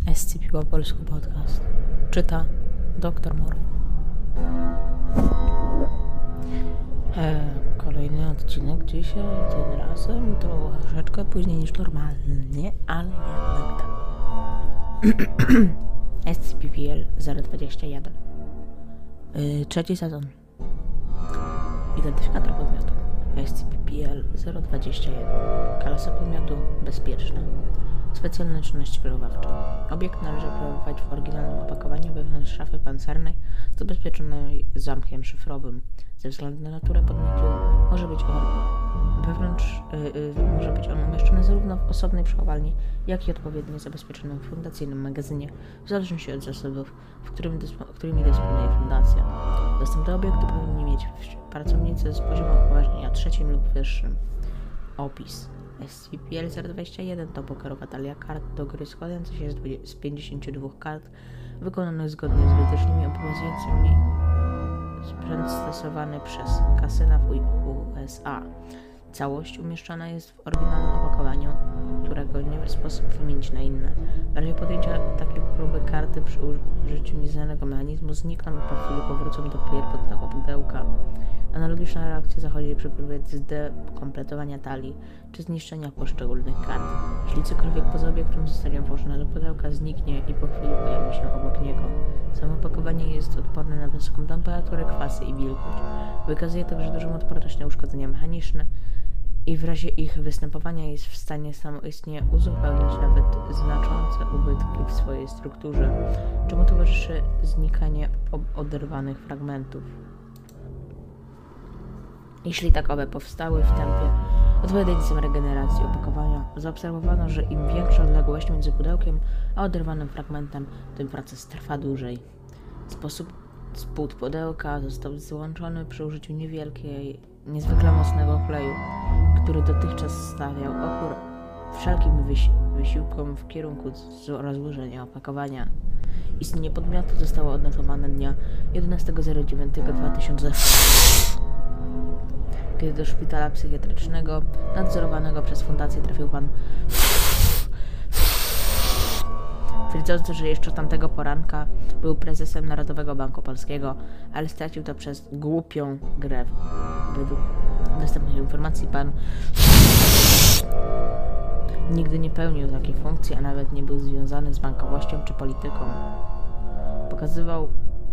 SCP po polsku podcast. Czyta Dr. Mor. Kolejny odcinek dzisiaj, tym razem troszeczkę później niż normalnie, ale jednak tak. SCP-PL-021. Trzeci sezon. Identyfikator podmiotu. SCP-PL-021. Klasa podmiotu bezpieczna. Specjalne czynności wychowawcze. Obiekt należy przechowywać w oryginalnym opakowaniu wewnątrz szafy pancernej zabezpieczonej zamkiem szyfrowym. Ze względu na naturę podmiotu może być on umieszczony zarówno w osobnej przechowalni, jak i odpowiednio zabezpieczonym w fundacyjnym magazynie, w zależności od zasobów, którymi dysponuje fundacja. Dostęp do obiektu powinni mieć pracownicy z poziomem upoważnienia 3 lub wyższym. Opis. SCP-PL-021 to pokerowa talia kart do gry składająca się z 52 kart wykonanych zgodnie z wytycznymi obowiązującymi sprzęt stosowany przez kasyna w USA. Całość umieszczona jest w oryginalnym opakowaniu, którego nie ma sposób wymienić na inne. W razie podjęcia takiej próby karty przy użyciu nieznanego mechanizmu znikną i po chwili powrócą do pierwotnego pudełka. Analogiczna reakcja zachodzi przy próbie zdekompletowania talii czy zniszczenia poszczególnych kart. Jeśli cokolwiek poza obiektem zostanie włożone do pudełka, zniknie i po chwili pojawi się obok niego. Samo opakowanie jest odporne na wysoką temperaturę, kwasy i wilgoć. Wykazuje także dużą odporność na uszkodzenia mechaniczne i w razie ich występowania jest w stanie samoistnie uzupełnić nawet znaczące ubytki w swojej strukturze, czemu towarzyszy znikanie oderwanych fragmentów. Jeśli takowe powstały w tempie odpowiadającym regeneracji opakowania, zaobserwowano, że im większa odległość między pudełkiem a oderwanym fragmentem, tym proces trwa dłużej. Spód pudełka został złączony przy użyciu niezwykle mocnego kleju, który dotychczas stawiał opór wszelkim wysiłkom w kierunku rozłożenia opakowania. Istnienie podmiotu zostało odnotowane dnia 11.09.2000, kiedy do szpitala psychiatrycznego nadzorowanego przez fundację trafił pan twierdzący, że jeszcze tamtego poranka był prezesem Narodowego Banku Polskiego, ale stracił to przez głupią grę. Według dostępnych informacji pan nigdy nie pełnił takiej funkcji, a nawet nie był związany z bankowością czy polityką. Pokazywał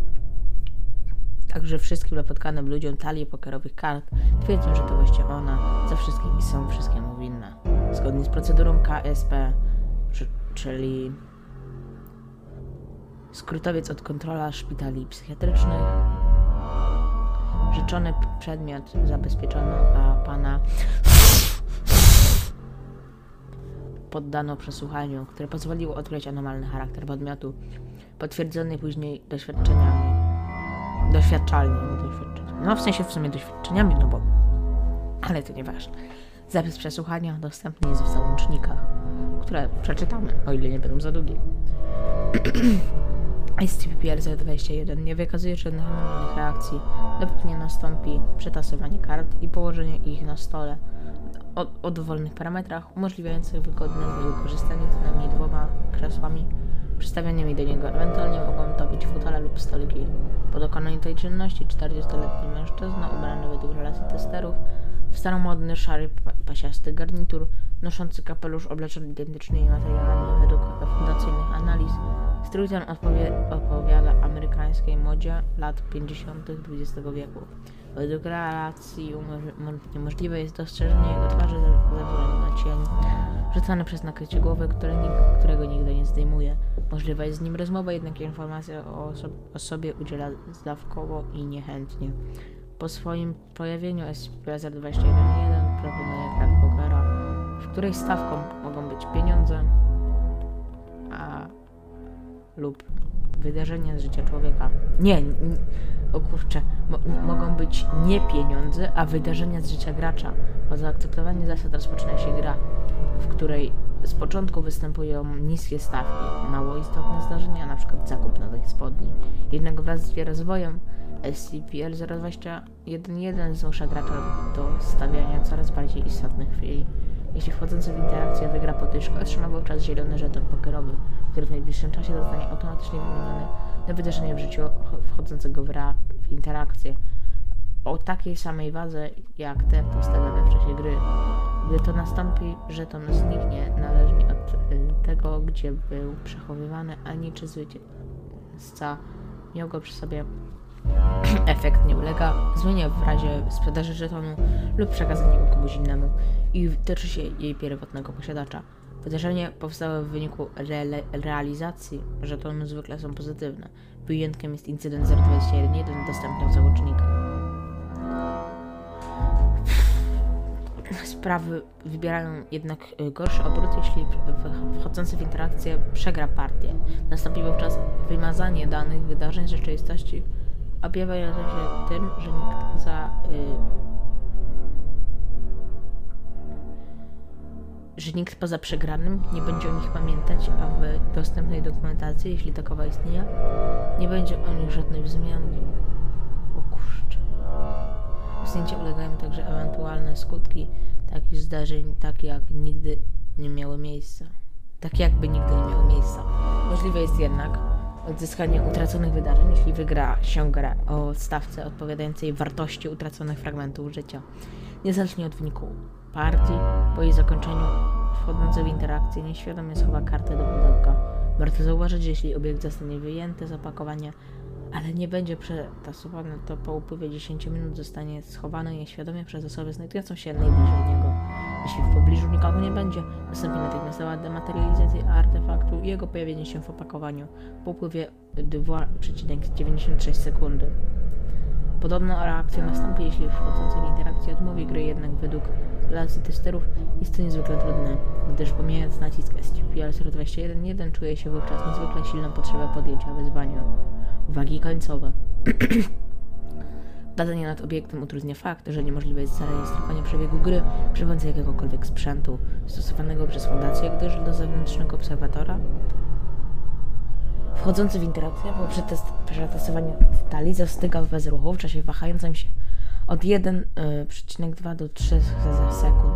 także wszystkim napotkanym ludziom talię pokerowych kart, twierdząc, że to właśnie ona za wszystkim i są wszystkiemu winna. Zgodnie z procedurą KSP, czyli skrótowiec od kontrola szpitali psychiatrycznych, rzeczony przedmiot zabezpieczono, a pana poddano przesłuchaniu, które pozwoliło odkryć anomalny charakter podmiotu, potwierdzony później doświadczeniami. No w sensie w sumie doświadczeniami, no bo... Ale to nieważne. Zapis przesłuchania dostępny jest w załącznikach, które przeczytamy, o ile nie będą za długie. SCP-PL-021 nie wykazuje żadnych anomalnych reakcji, dopóki nie nastąpi przetasowanie kart i położenie ich na stole o dowolnych parametrach umożliwiających wygodne wykorzystanie co najmniej 2 krzesłami przystawionymi do niego. Ewentualnie mogą to być fotele lub stoliki. Po dokonaniu tej czynności 40-letni mężczyzna ubrany według relacji testerów w staromodny, szary, pasiasty garnitur, noszący kapelusz obleczony identycznymi materiałami według fundacyjnych analiz, strój ten odpowiada amerykańskiej modzie lat 50. XX wieku. Według relacji niemożliwe jest dostrzeżenie jego twarzy ze względu na cień rzucany przez nakrycie głowy, którego nigdy nie zdejmuje. Możliwa jest z nim rozmowa, jednak informacja o sobie udziela zdawkowo i niechętnie. Po swoim pojawieniu SCP-021 proponuje grę w pokera, w której stawką mogą być pieniądze lub wydarzenia z życia człowieka. Mogą być nie pieniądze, a wydarzenia z życia gracza. Po zaakceptowaniu zasad rozpoczyna się gra, w której z początku występują niskie stawki, mało istotne zdarzenia, np. zakup nowych spodni. Jednak wraz z rozwojem SCP-PL-021 zmusza gracza do stawiania coraz bardziej istotnych chwili. Jeśli wchodzący w interakcję wygra potyczkę, otrzyma wówczas zielony żeton pokerowy, który w najbliższym czasie zostanie automatycznie wymieniony na wydarzenie w życiu wchodzącego w interakcję o takiej samej wadze jak te postawione w czasie gry. Gdy to nastąpi, żeton zniknie należnie od tego, gdzie był przechowywany, a niczy zwycięzca miał go przy sobie. Efekt nie ulega zmianie w razie sprzedaży żetonu lub przekazania go komuś innemu i tyczy się jej pierwotnego posiadacza. Wydarzenia powstałe w wyniku realizacji żetonu zwykle są pozytywne. Wyjątkiem jest incydent 021.1 dostępny w załącznikach. Sprawy wybierają jednak gorszy obrót, jeśli wchodzący w interakcję przegra partię. Nastąpi wówczas wymazanie danych wydarzeń z rzeczywistości, objawiające się tym, że nikt poza przegranym nie będzie o nich pamiętać, a w dostępnej dokumentacji, jeśli takowa istnieje, nie będzie o nich żadnej wzmianki. O kurczę. Usunięcia ulegają także ewentualne skutki takich zdarzeń, tak jakby nigdy nie miały miejsca. Możliwe jest jednak odzyskanie utraconych wydarzeń, jeśli wygra się grę o stawce odpowiadającej wartości utraconych fragmentów życia. Niezależnie od wyniku partii, po jej zakończeniu wchodzący w interakcję nieświadomie schowa kartę do pudełka. Warto zauważyć, że jeśli obiekt zostanie wyjęty z opakowania, ale nie będzie przetasowany, to po upływie 10 minut zostanie schowany nieświadomie przez osobę znajdującą się najbliżej niego. Jeśli w pobliżu nikogo nie będzie, nastąpi natychmiastowa dematerializacja artefaktu i jego pojawienie się w opakowaniu po upływie 2,96 sekundy. Podobna reakcja nastąpi, jeśli wchodzący w interakcję odmówi gry, jednak według relacji testerów jest to niezwykle trudne, gdyż pomijając nacisk SCP-021.1 czuje się wówczas niezwykle silną potrzebę podjęcia wyzwania. Uwagi końcowe. Badanie nad obiektem utrudnia fakt, że niemożliwe jest zarejestrowanie przebiegu gry przy pomocy jakiegokolwiek sprzętu stosowanego przez fundację, gdyż do zewnętrznego obserwatora wchodzący w interakcję po przetestowaniu stali zastygał bez ruchu w czasie wahającym się od 1,2 do 3 sekund.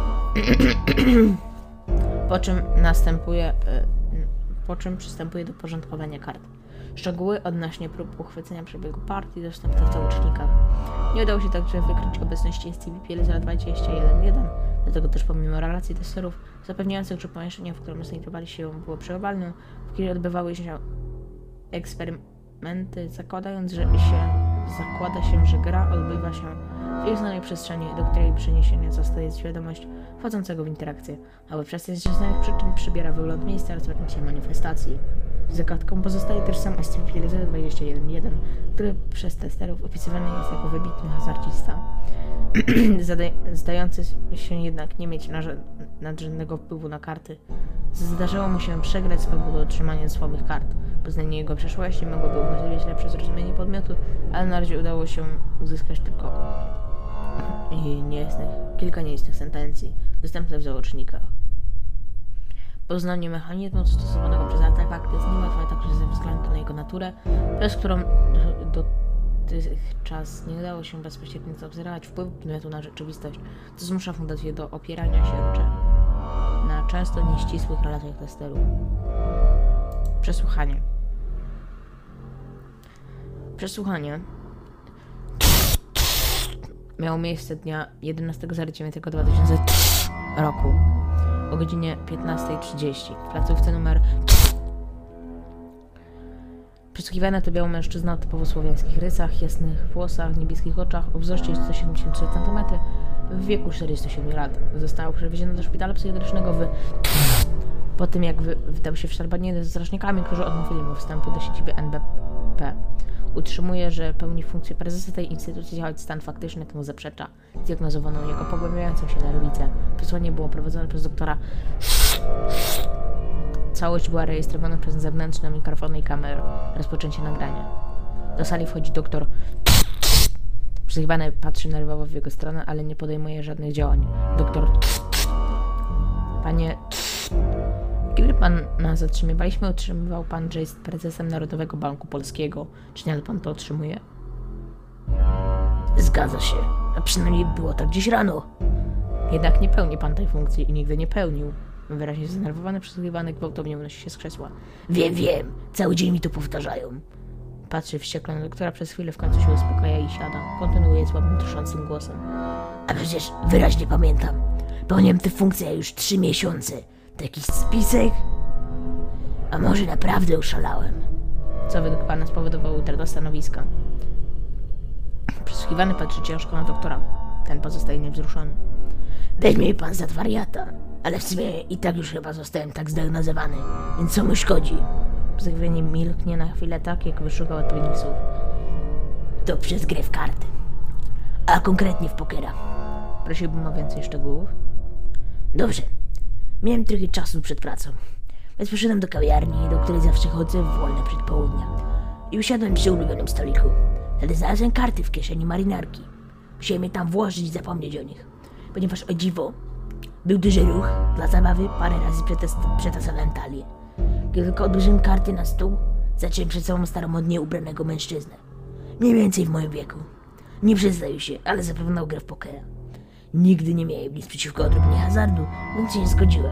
Po czym przystępuje do porządkowania kart. Szczegóły odnośnie prób uchwycenia przebiegu partii dostępne w załącznikach. Nie udało się także wykryć obecności SCP-021.1, dlatego też pomimo relacji testerów zapewniających, że pomieszczenie, w którym znajdowali się, było przechowalne, w którym odbywały się eksperymenty, zakłada się, że gra odbywa się w uznanej przestrzeni, do której przeniesienia zostaje świadomość wchodzącego w interakcję, aby przez te znanych przyczyn przybiera wygląd miejsca rozpoczęcia manifestacji. Zagadką pozostaje też sam SCP-021.1, który przez testerów opisywany jest jako wybitny hazardzista, zdający się jednak nie mieć nadrzędnego wpływu na karty. Zdarzyło mu się przegrać z powodu otrzymania słabych kart. Poznanie jego przeszłości mogłoby umożliwić lepsze zrozumienie podmiotu, ale na razie udało się uzyskać tylko kilka nieistnych sentencji, dostępne w załącznikach. Poznanie mechanizmu stosowanego przez artefakt jest niełatwe także ze względu na jego naturę, przez którą dotychczas nie udało się bezpośrednio zaobserwować wpływu podmiotu na rzeczywistość, co zmusza fundację do opierania się na często nieścisłych relacjach testerów. Przesłuchanie miało miejsce dnia 11.09.2000 roku o godzinie 15:30 w placówce numer. Przesłuchiwany to biały mężczyzna o typowo słowiańskich rysach, jasnych włosach, niebieskich oczach, o wzroście 173 cm, w wieku 47 lat. Został przewieziony do szpitala psychiatrycznego po tym, jak wdał się w szarpaniec z strażnikami, którzy odmówili mu wstępu do siedziby NBP. Utrzymuje, że pełni funkcję prezesa tej instytucji, choć stan faktyczny temu zaprzecza. Zdiagnozowano u niego pogłębiającą się nerwicę. Przesłuchanie było prowadzone przez doktora. Całość była rejestrowana przez zewnętrzne mikrofony i kamery. Rozpoczęcie nagrania. Do sali wchodzi doktor. Przesłuchiwany patrzy nerwowo w jego stronę, ale nie podejmuje żadnych działań. Doktor. Panie... Kiedy pan nas zatrzymywaliśmy, otrzymywał pan, że jest prezesem Narodowego Banku Polskiego. Czy nadal pan to otrzymuje? Zgadza się, a przynajmniej było tak dziś rano. Jednak nie pełni pan tej funkcji i nigdy nie pełnił. Wyraźnie zdenerwowany, przesłuchiwany gwałtownie unosi się z krzesła. Wiem, cały dzień mi to powtarzają. Patrzy wściekle na doktora, przez chwilę w końcu się uspokaja i siada. Kontynuuje słabym, trząsącym głosem. A przecież wyraźnie pamiętam. Pełniłem tę funkcję już 3 miesiące. To jakiś spisek? A może naprawdę oszalałem? Co według pana spowodowało utratę stanowiska? Przesłuchiwany patrzy ciężko na doktora. Ten pozostaje niewzruszony. Weźmie mnie pan za wariata, ale w sumie i tak już chyba zostałem tak zdiagnozowany, więc co mu szkodzi? Przesłuchiwany milknie na chwilę tak, jakby szukał odpowiednich słów. To przez grę w karty. A konkretnie w pokera. Prosiłbym o więcej szczegółów. Dobrze. Miałem trochę czasu przed pracą. Więc poszedłem do kawiarni, do której zawsze chodzę w wolne przedpołudnia. I usiadłem przy ulubionym stoliku. Wtedy znalazłem karty w kieszeni marynarki. Musiałem je tam włożyć i zapomnieć o nich. Ponieważ o dziwo, był duży ruch, dla zabawy parę razy przetasowałem talię. Kiedy tylko odłożyłem karty na stół, zacząłem przed sobą staromodnie ubranego mężczyznę. Mniej więcej w moim wieku. Nie przyznaję się, ale zaproponował grę w pokera. Nigdy nie miałem nic przeciwko odrobinie hazardu, więc się nie zgodziłem.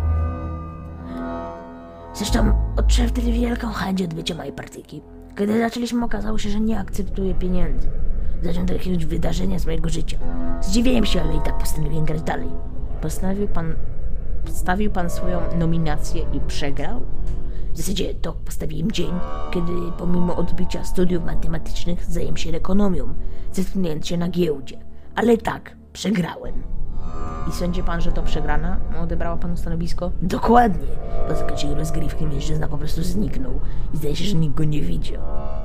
Zresztą odczułem wtedy wielką chęć odbycia mojej partyjki. Kiedy zaczęliśmy, okazało się, że nie akceptuję pieniędzy. Zacząłem do jakiegoś wydarzenia z mojego życia. Zdziwiłem się, ale i tak postanowiłem grać dalej. Postawił pan swoją nominację i przegrał? W zasadzie to postawiłem dzień, kiedy pomimo odbycia studiów matematycznych zająłem się ekonomią, zatrudniając się na giełdzie. Ale tak, przegrałem. I sądzi pan, że to przegrana odebrała panu stanowisko? Dokładnie. Po zakończeniu rozgrywki mężczyzna po prostu zniknął i zdaje się, że nikt go nie widział.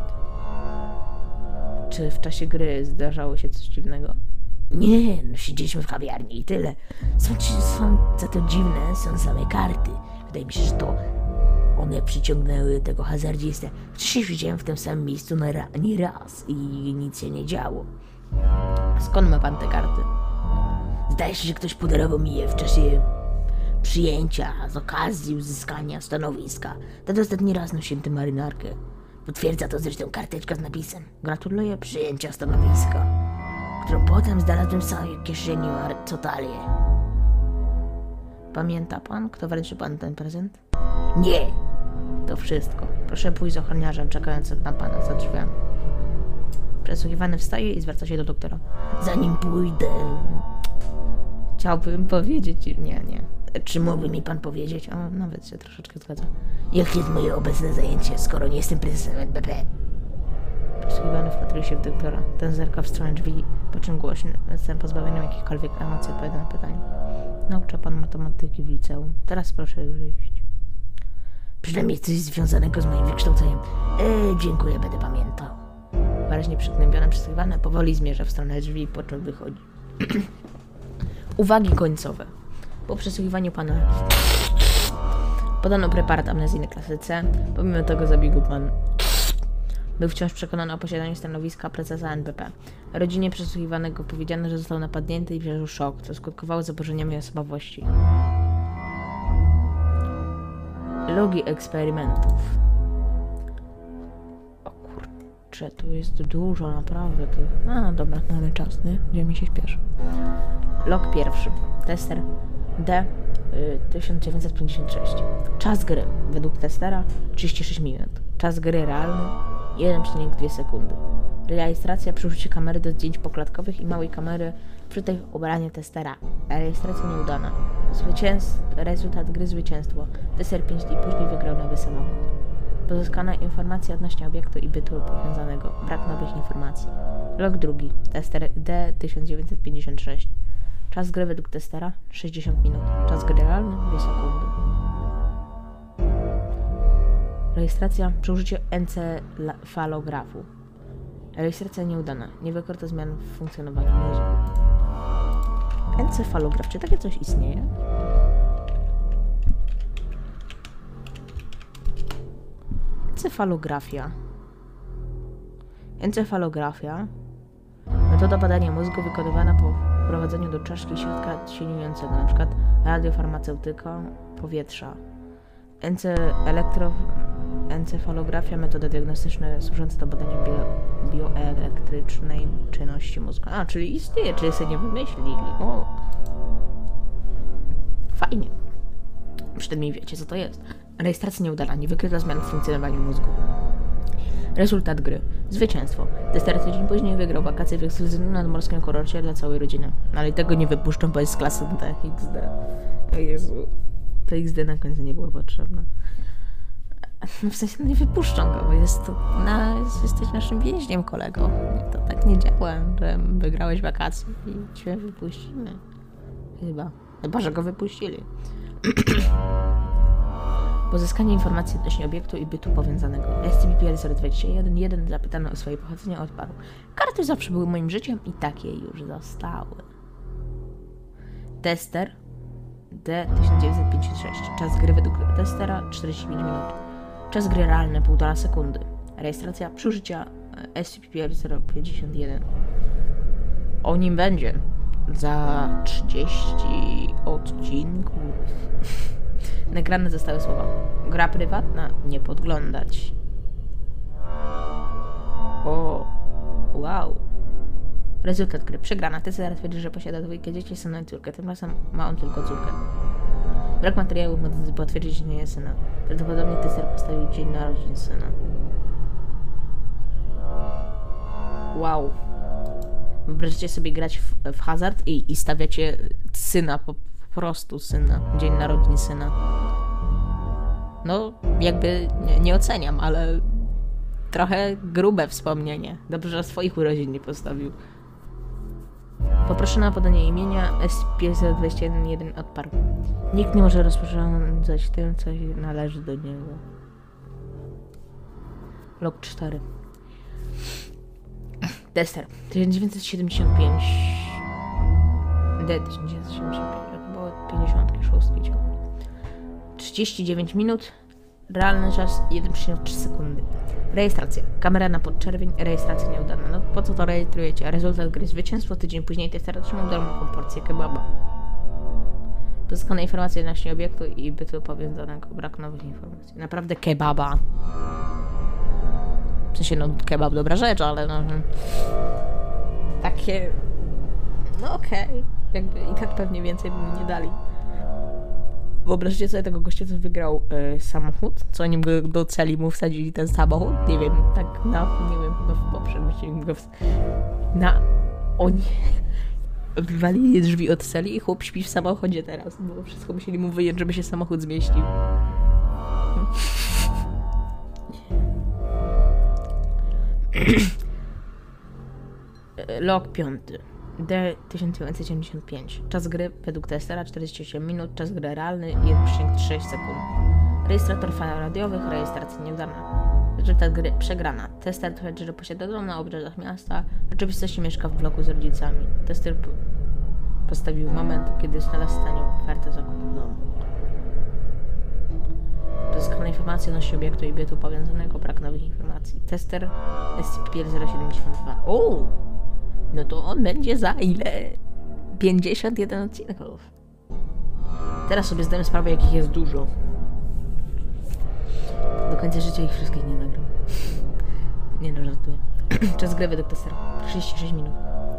Czy w czasie gry zdarzało się coś dziwnego? Nie, no siedzieliśmy w kawiarni i tyle. Są za to dziwne, są same karty. Wydaje mi się, że to one przyciągnęły tego hazardzistę. Wcześniej siedziałem w tym samym miejscu nie raz i nic się nie działo. Skąd ma pan te karty? Zdaje się, że ktoś podarował mi je w czasie przyjęcia z okazji uzyskania stanowiska. Ten ostatni raz nosiłem tę marynarkę. Potwierdza to zresztą karteczka z napisem: gratuluję przyjęcia stanowiska, którą potem znalazłem w samej kieszeni Marcotalię. Pamięta pan, kto wręczy pan ten prezent? Nie. To wszystko. Proszę pójść z ochroniarzem czekającym na pana za drzwiami. Przesłuchiwany wstaje i zwraca się do doktora. Zanim pójdę... Chciałbym powiedzieć... Nie. Czy mógłby mi pan powiedzieć? O, nawet się troszeczkę zgadza. Jakie jest moje obecne zajęcie, skoro nie jestem prezesem NBP? Przesłuchiwany wpatruje się w doktora. Ten zerka w stronę drzwi, po czym głośny, jestem pozbawiony jakichkolwiek emocji, odpowiada na pytanie. Naucza pan matematyki w liceum. Teraz proszę już iść. Przynajmniej coś związanego z moim wykształceniem. Dziękuję, będę pamiętał. Wyraźnie przygnębiony, przesłuchiwany powoli zmierza w stronę drzwi, po czym wychodzi. Uwagi końcowe. Po przesłuchiwaniu pana podano preparat amnezyjny klasy C. Pomimo tego zabiegu pan był wciąż przekonany o posiadaniu stanowiska prezesa NBP. Rodzinie przesłuchiwanego powiedziano, że został napadnięty i przeżył szok, co skutkowało zaburzeniami osobowości. Logi eksperymentów. O kurczę, tu jest dużo naprawdę tych. A, dobra, mamy czas, nie? Będziemy się śpieszy. Log pierwszy. Tester D1956. Czas gry według testera 36 minut. Czas gry realny 1,2 sekundy. Rejestracja przy użyciu kamery do zdjęć poklatkowych i małej kamery przy tej ubraniu testera. Rejestracja nieudana. Rezultat gry zwycięstwo. Tester 5 dni później wygrał nowy samochód. Pozyskana informacja odnośnie obiektu i bytu powiązanego. Brak nowych informacji. Log drugi. Tester D1956. Czas gry według testera 60 minut. Czas gry realny 2 sekundy. Rejestracja przy użyciu encefalografu. Rejestracja nieudana. Nie wykryto zmian w funkcjonowaniu mózgu. Encefalograf. Czy takie coś istnieje? Encefalografia. Metoda badania mózgu wykonywana po wprowadzeniu do czaszki środka sięgającego, np. radiofarmaceutyka powietrza. Encefalografia, metoda diagnostyczna służąca do badania bioelektrycznej czynności mózgu. A, czyli istnieje, czyli sobie nie wymyślili. O. Fajnie. Przynajmniej wiecie, co to jest. Rejestracja nieudana, nie wykryta zmian w funkcjonowaniu mózgu. Rezultat gry. Zwycięstwo. Tester tydzień później wygrał wakacje w ekskluzywnym nadmorskim kurorcie dla całej rodziny. No ale tego nie wypuszczą, bo jest z klasy D, XD. O Jezu. To XD na końcu nie było potrzebne. No w sensie nie wypuszczą go, bo jesteś naszym więźniem, kolego. To tak nie działa, że wygrałeś wakacje i cię wypuścimy. Chyba, że go wypuścili. Pozyskanie informacji odnośnie obiektu i bytu powiązanego. SCP-021 zapytany o swoje pochodzenie odparł. Karty zawsze były moim życiem i takie już zostały. Tester D1956. Czas gry według testera 45 minut. Czas gry realny 1,5 sekundy. Rejestracja przeżycia SCP-051. O nim będzie za 30 odcinków. Nagrane zostały słowa. Gra prywatna, nie podglądać. O, wow. Rezultat gry. Przegrana. Tester twierdzi, że posiada 2 dzieci, syna i córkę. Tymczasem ma on tylko córkę. Brak materiałów może potwierdzić, że nie jest syna. Prawdopodobnie tester postawił dzień narodzin syna. Wow. Wyobraźcie sobie grać w hazard i stawiacie syna, po prostu syna. Dzień narodzin syna. No, jakby nie oceniam, ale trochę grube wspomnienie. Dobrze, że swoich urodzin nie postawił. Poproszona o podanie imienia, SCP-021 odparł. Nikt nie może rozporządzać tym, co należy do niego. Log 4. Tester 1975. D1975. To było 56. 39 minut. Realny czas 1,3 sekundy. Rejestracja. Kamera na podczerwień. Rejestracja nieudana. No po co to rejestrujecie? Rezultat gry. Zwycięstwo. Tydzień później tester otrzymał darmową porcję kebaba. Pozyskane informacje odnośnie obiektu i bytu powiązanego. Brak nowych informacji. Naprawdę kebaba. W sensie, no kebab dobra rzecz, ale no... Takie... No okej. Jakby i tak pewnie więcej by mi nie dali. Wyobraźcie sobie tego gościa, co wygrał samochód, co oni do celi mu wsadzili ten samochód, nie wiem, tak nie wiem, chyba w poprzednim go oni wywalili drzwi od celi i chłop śpi w samochodzie teraz, bo wszystko musieli mu wyjąć, żeby się samochód zmieścił. Log 5. D1975. Czas gry według testera 48 minut. Czas gry realny 1,6 sekund. Rejestrator fal radiowych. Rejestracja nieudana. Rezultat gry przegrana. Tester twierdzi, że posiada dom na obrzeżach miasta. W rzeczywistości mieszka w bloku z rodzicami. Tester postawił moment, kiedy znalazł tanią ofertę zakupu domu. Pozyskano informacje odnośnie obiektu i bytu powiązanego. Brak nowych informacji. Tester SCP-072. No to on będzie za ile? 51 odcinków. Teraz sobie zdałem sprawę, jakich jest dużo. Do końca życia ich wszystkich nie nagram. Nie no, żartuję. Czas gry według testera 36 minut.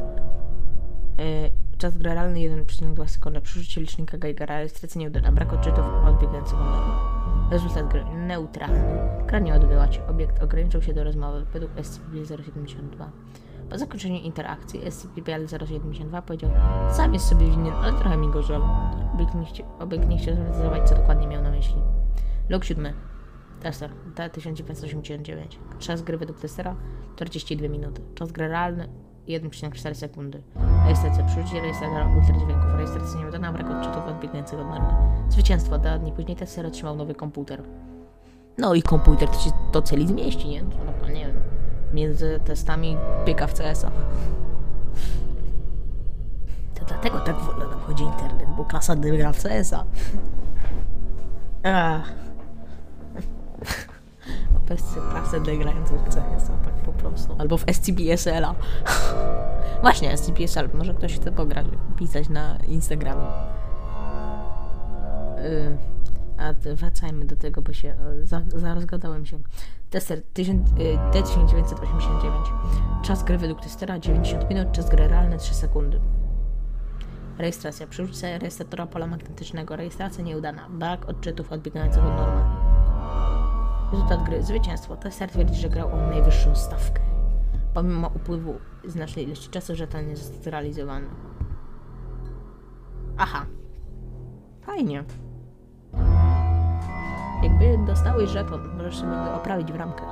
Czas gry realny 1,2 sekundy. Przerzucie licznika Geigera. Rejestracja nieudana. Brak odczytów odbiegającego normy. Rezultat gry neutralny. Gra nie odbyła się. Obiekt ograniczył się do rozmowy według SCP-072. Po zakończeniu interakcji SCP-072 powiedział: sam jest sobie winien, ale trochę mi go żal. Obiekt nie chciał zrealizować, co dokładnie miał na myśli. Log 7. Tester D1989. Czas gry według testera 42 minuty. Czas gry realny 1,4 sekundy. Rejestracja przyjęcie rejestratora ultradźwięków. Rejestracja nieudana, brak odczytów odbiegających od normy. Zwycięstwo. 2 dni później tester otrzymał nowy komputer. No i komputer to się do celi zmieści, nie? To nie wiem. Między testami pieka w CS-a. To dlatego tak wolno nam chodzi internet, bo klasa D gra w CS-a. Opescy klasę D grającą w CS-a, tak po prostu. Albo w SCP-SL-a. Właśnie, SCP-SL. Może ktoś chce pograć, pisać na Instagramie. A wracajmy do tego, bo się rozgadałem się. Tester D1989. Czas gry według testera 90 minut, czas gry realny 3 sekundy. Rejestracja. Przy użyciu rejestratora pola magnetycznego. Rejestracja nieudana. Brak odczytów odbiegających od normy. Rezultat gry. Zwycięstwo. Tester twierdzi, że grał o najwyższą stawkę. Pomimo upływu znacznej ilości czasu, że ten nie został zrealizowany. Aha. Fajnie. Jakby dostałeś żeton, możesz sobie go oprawić w ramkę.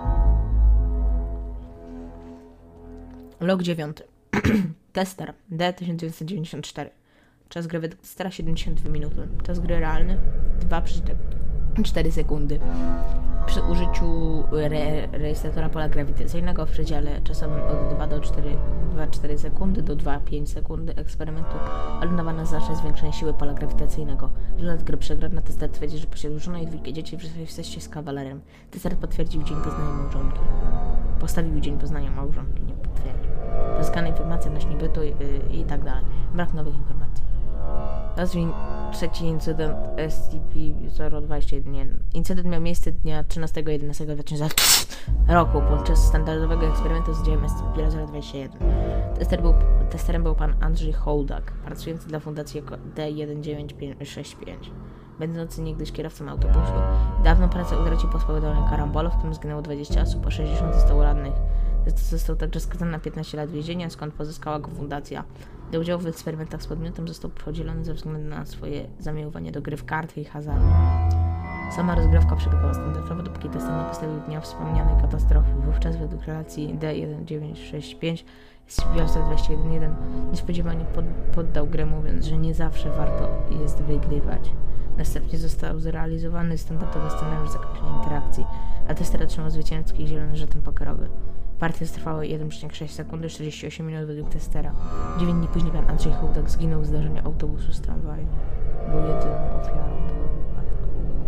Log 9. Tester D1994. Czas gry według testera 72 minuty. Czas gry realny 2,4 sekundy. Przy użyciu rejestratora pola grawitacyjnego w przedziale czasowym od 2,4 sekundy do 2,5 sekundy eksperymentu odnotowano znaczne zwiększenie siły pola grawitacyjnego. Rezultat gry przegrana. Tester twierdzi, że posiada żonę i dwójkę dzieci, że jesteście z kawalerem. Tester potwierdził dzień poznania małżonki. Postawił dzień poznania małżonki, nie potwierdził. Pozyskane informacje odnośnie bytu i tak dalej. Brak nowych informacji. Nazwij trzeci incydent SCP-021. Incydent miał miejsce dnia 13.11.2000 roku podczas standardowego eksperymentu z dziełem SCP-021. Testerem był pan Andrzej Hołdak, pracujący dla fundacji jako D1965. Będący niegdyś kierowcą autobusu. Dawną pracę utracił po spowodowanym karambolu, w którym zginęło 20 osób, a 60 zostało rannych. Został także skazany na 15 lat więzienia, skąd pozyskała go fundacja. Do udziału w eksperymentach z podmiotem został podzielony ze względu na swoje zamiłowanie do gry w karty i hazardu. Sama rozgrywka przebiegała standardowo, dopóki tester nie postawił dnia wspomnianej katastrofy. Wówczas według relacji D1965 SCP-021 niespodziewanie poddał grę, mówiąc, że nie zawsze warto jest wygrywać. Następnie został zrealizowany standardowy scenariusz zakończenia interakcji, a tester otrzymał zwycięski zielony żeton pokerowy. Partia trwała 1,6 sekundy, 48 minut według testera. 9 dni później pan Andrzej Hołdak zginął w zdarzeniu autobusu z tramwaju. Był jedyną ofiarą tego wypadku.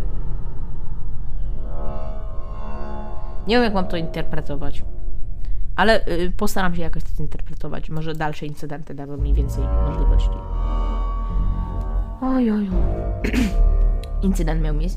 Nie wiem, jak mam to interpretować, ale postaram się jakoś to zinterpretować. Może dalsze incydenty dadzą mi więcej możliwości. Oj. Incydent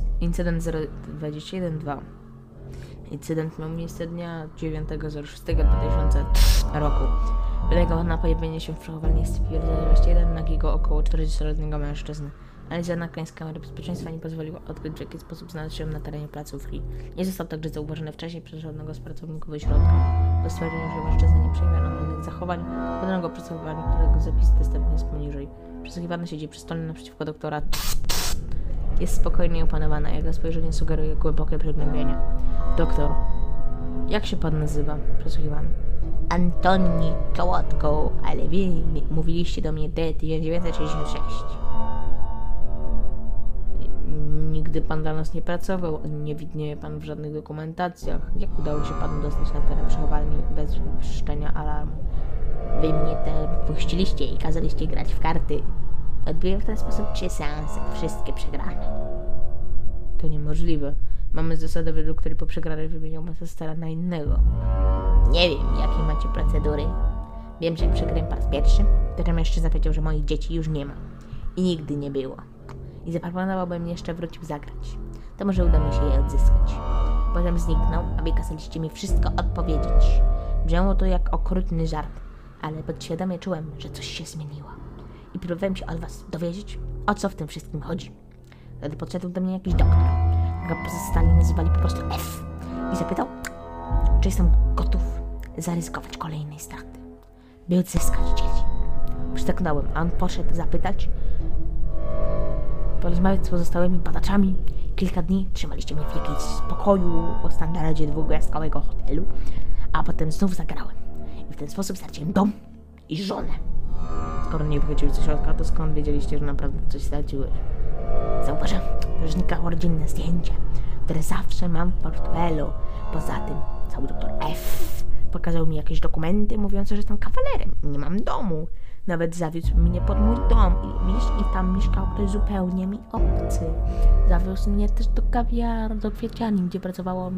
021-2. Incydent miał miejsce dnia 9.06.2000 roku. Polegał na pojawieniu się w przechowalni SCP-021 nagiego około 40-letniego mężczyzny. Analiza nagrań z kamery bezpieczeństwa nie pozwoliła odkryć, w jaki sposób znalazł się na terenie placówki. Nie został także zauważony wcześniej przez żadnego z pracowników ośrodka. Po stwierdzeniu, że mężczyzna nie przejmie normalnych zachowań, podano przesłuchiwanie, którego zapis dostępny jest poniżej. Przesłuchiwany siedzi przy stole naprzeciwko doktora. Jest spokojnie opanowana, jego spojrzenie sugeruje głębokie przygnębienie. Doktor, jak się pan nazywa? Przesłuchiwany. Antoni Kołotko, ale wy mówiliście do mnie D1966. Nigdy pan dla nas nie pracował, nie widnieje pan w żadnych dokumentacjach. Jak udało się panu dostać na teren przechowalni bez wszczenia alarmu? Wy mnie tam puściliście i kazaliście grać w karty. Odbyłem w ten sposób 3 seanse, wszystkie przegrane. To niemożliwe. Mamy zasadę, według której po przegranej wymieniamy testera na innego. Nie wiem, jakie macie procedury. Wiem, że jak przegrałem po raz pierwszy, to ten mężczyzna powiedział, że moich dzieci już nie ma. I nigdy nie było. I zaproponowałbym jeszcze wrócił zagrać. To może uda mi się je odzyskać. Potem zniknął, a wy kazaliście mi wszystko odpowiedzieć. Brzmiało to jak okrutny żart, ale podświadomie czułem, że coś się zmieniło. I próbowałem się od was dowiedzieć, o co w tym wszystkim chodzi. Wtedy podszedł do mnie jakiś doktor, którego pozostali nazywali po prostu F. I zapytał, czy jestem gotów zaryzykować kolejnej straty, by odzyskać dzieci. Przytaknąłem, a on poszedł zapytać, porozmawiać z pozostałymi badaczami. Kilka dni trzymaliście mnie w jakimś spokoju o standardzie 2-gwiazdkowego hotelu, a potem znów zagrałem. I w ten sposób straciłem dom i żonę. Skoro nie wychodziłeś ze środka, to skąd wiedzieliście, że naprawdę coś straciłeś? Zauważyłem, że znikało rodzinne zdjęcie, które zawsze mam w portfelu. Poza tym cały doktor F pokazał mi jakieś dokumenty mówiące, że jestem kawalerem i nie mam domu. Nawet zawiózł mnie pod mój dom i tam mieszkał ktoś zupełnie mi obcy. Zawiózł mnie też do kawiarni, do kwieciarni, gdzie pracowała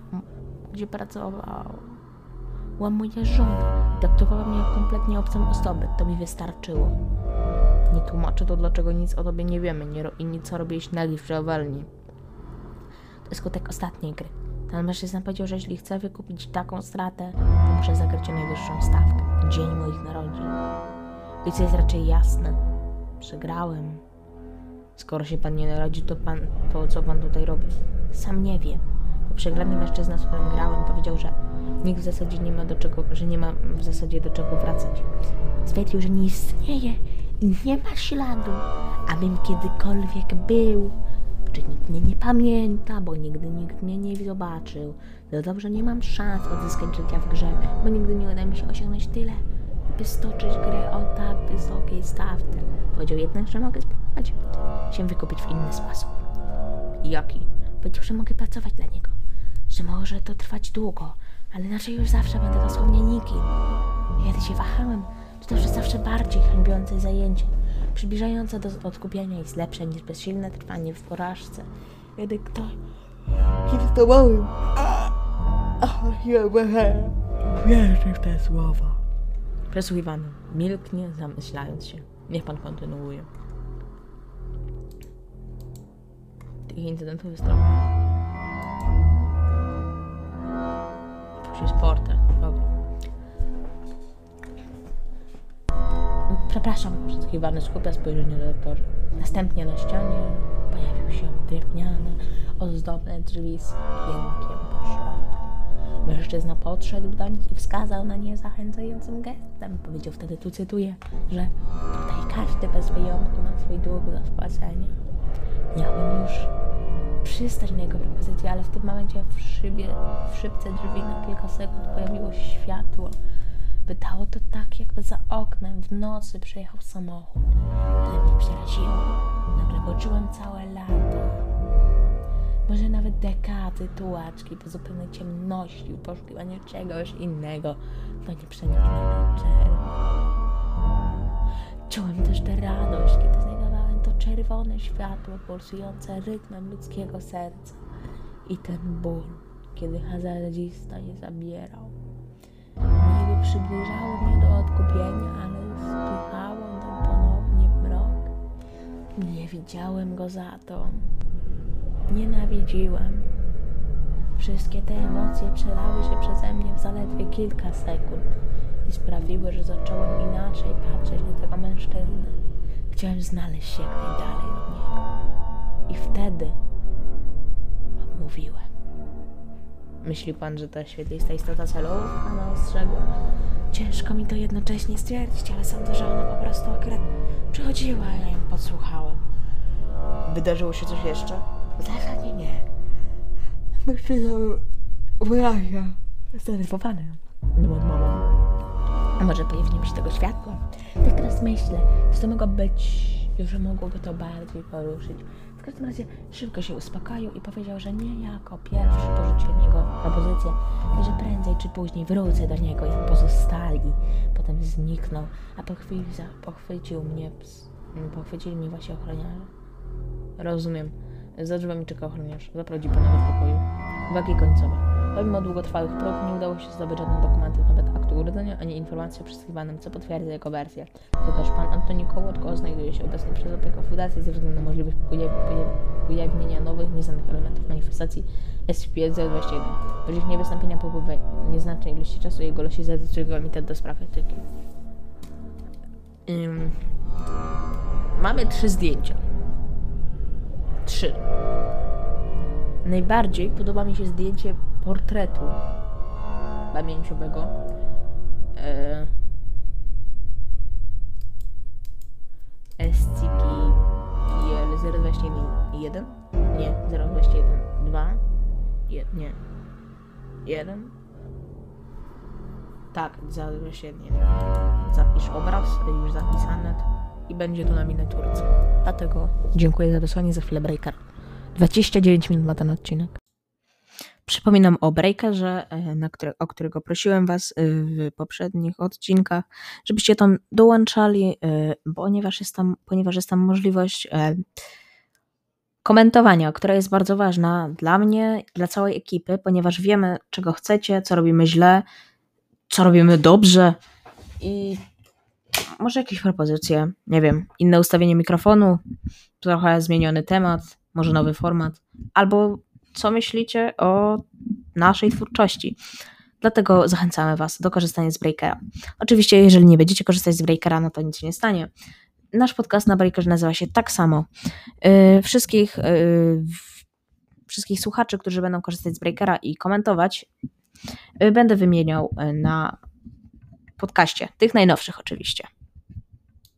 moja żona. Traktowała mnie jak kompletnie obcą osobę. To mi wystarczyło. Nie tłumaczę to, dlaczego nic o tobie nie wiemy i nic, co robiłeś nagi w przechowalni. To skutek ostatniej gry. Ten mężczyzna powiedział, że jeśli chcę wykupić taką stratę, to muszę zagrać o najwyższą stawkę. Dzień moich narodzin. I co jest raczej jasne. Przegrałem. Skoro się pan nie narodzi, to co pan tutaj robi? Sam nie wiem. Po przegranym mężczyzna, z którym grałem, powiedział, że nikt w zasadzie nie ma w zasadzie do czego wracać. Stwierdził, że nie istnieje i nie ma śladu, abym kiedykolwiek był. Czy nikt mnie nie pamięta, bo nigdy nikt mnie nie zobaczył. Dodał, że nie mam szans odzyskać życia w grze, bo nigdy nie uda mi się osiągnąć tyle, by stoczyć grę o tak wysokiej stawce. Powiedział jednak, że mogę spróbować się wykupić w inny sposób. Jaki? Powiedział, że mogę pracować dla niego, że może to trwać długo, ale inaczej już zawsze będę dosłownie nikim. Kiedy się wahałem, to też zawsze bardziej hańbiące zajęcie, przybliżające do odkupienia jest lepsze niż bezsilne trwanie w porażce. Kiedy to małym... Wierzę w te słowa. Przesłuchiwany milknie, zamyślając się. Niech pan kontynuuje. Tych incydentów jest trochę. Później sportem. Dobra. Przepraszam. Przesłuchiwany skupia spojrzenie na lektorze. Następnie na ścianie pojawił się drewniane, ozdobne drzwi z okienkiem po środku. Mężczyzna podszedł do nich i wskazał na nie zachęcającym gestem. Powiedział wtedy, tu cytuję, że tutaj każdy bez wyjątku ma swój dług do spłacenia. Miałem już przystać na jego propozycję, ale w tym momencie w szybce drzwi na kilka sekund pojawiło się światło. Wydało to tak, jakby za oknem w nocy przejechał samochód. Ale mnie przeraziło. Nagle poczułem całe lata. Może nawet dekady tułaczki po zupełnej ciemności, poszukiwania czegoś innego, to nieprzeniknione czerwo. Czułem też tę radość, kiedy znajdowałem to czerwone światło pulsujące rytmem ludzkiego serca i ten ból, kiedy hazardzista je zabierał. Niby przybliżało mnie do odkupienia, ale spychało to ponownie w mrok. Nie widziałem go za to. Nienawidziłem. Wszystkie te emocje przelały się przeze mnie w zaledwie kilka sekund i sprawiły, że zacząłem inaczej patrzeć na tego mężczyznę. Chciałem znaleźć się jak najdalej od niego. I wtedy odmówiłem. Myśli pan, że ta świetlista istota celów pana ostrzegła? Ciężko mi to jednocześnie stwierdzić, ale sądzę, że ona po prostu akurat przychodziła, ja ją podsłuchałem. Wydarzyło się coś jeszcze? W zasadzie nie. Mężczyzna był wyraźnie zdenerwowany tą odmową. A może pojawieniem się tego światła? Tak teraz myślę, że to mogło być, że mogłoby to bardziej poruszyć. W każdym razie szybko się uspokoił i powiedział, że nie jako pierwszy porzucił niego propozycję, że prędzej czy później wrócę do niego jak pozostali. Potem zniknął, a po chwili pochwycili mnie właśnie ochroniarze. Rozumiem. Za drzwiami czeka ochroniarz. Zaprowadzi pana do pokoju. Uwagi końcowe. Pomimo długotrwałych prób nie udało się zdobyć żadnych dokumentów, nawet aktu urodzenia, ani informacji o przesłuchiwanym, co potwierdza jego wersję. To też pan Antoni Kołotko znajduje się obecnie przez opiekę fundacji ze względu na możliwość ujawnienia nowych, nieznanych elementów manifestacji SCP-021. W razie ich niewystąpienia po nieznacznej ilości czasu jego losi zadecyduje komitet do spraw etyki. Mamy 3 zdjęcia. 3. Najbardziej podoba mi się zdjęcie portretu pamięciowego SCP-021. Nie, 021. 2. Nie. 1. Tak, 021. Zapisz obraz, już zapisane i będzie to na miniaturce. Dlatego dziękuję za wysłanie, za chwilę breaker. 29 minut ma ten odcinek. Przypominam o breakerze, o którego prosiłem was w poprzednich odcinkach, żebyście tam dołączali, ponieważ jest tam możliwość komentowania, która jest bardzo ważna dla mnie, dla całej ekipy, ponieważ wiemy, czego chcecie, co robimy źle, co robimy dobrze i może jakieś propozycje, nie wiem, inne ustawienie mikrofonu, trochę zmieniony temat, może nowy format, albo co myślicie o naszej twórczości. Dlatego zachęcamy was do korzystania z breakera. Oczywiście, jeżeli nie będziecie korzystać z breakera, no to nic się nie stanie. nasz podcast na Breakerze nazywa się tak samo. Wszystkich słuchaczy, którzy będą korzystać z Breakera i komentować, będę wymieniał na podcaście, tych najnowszych oczywiście.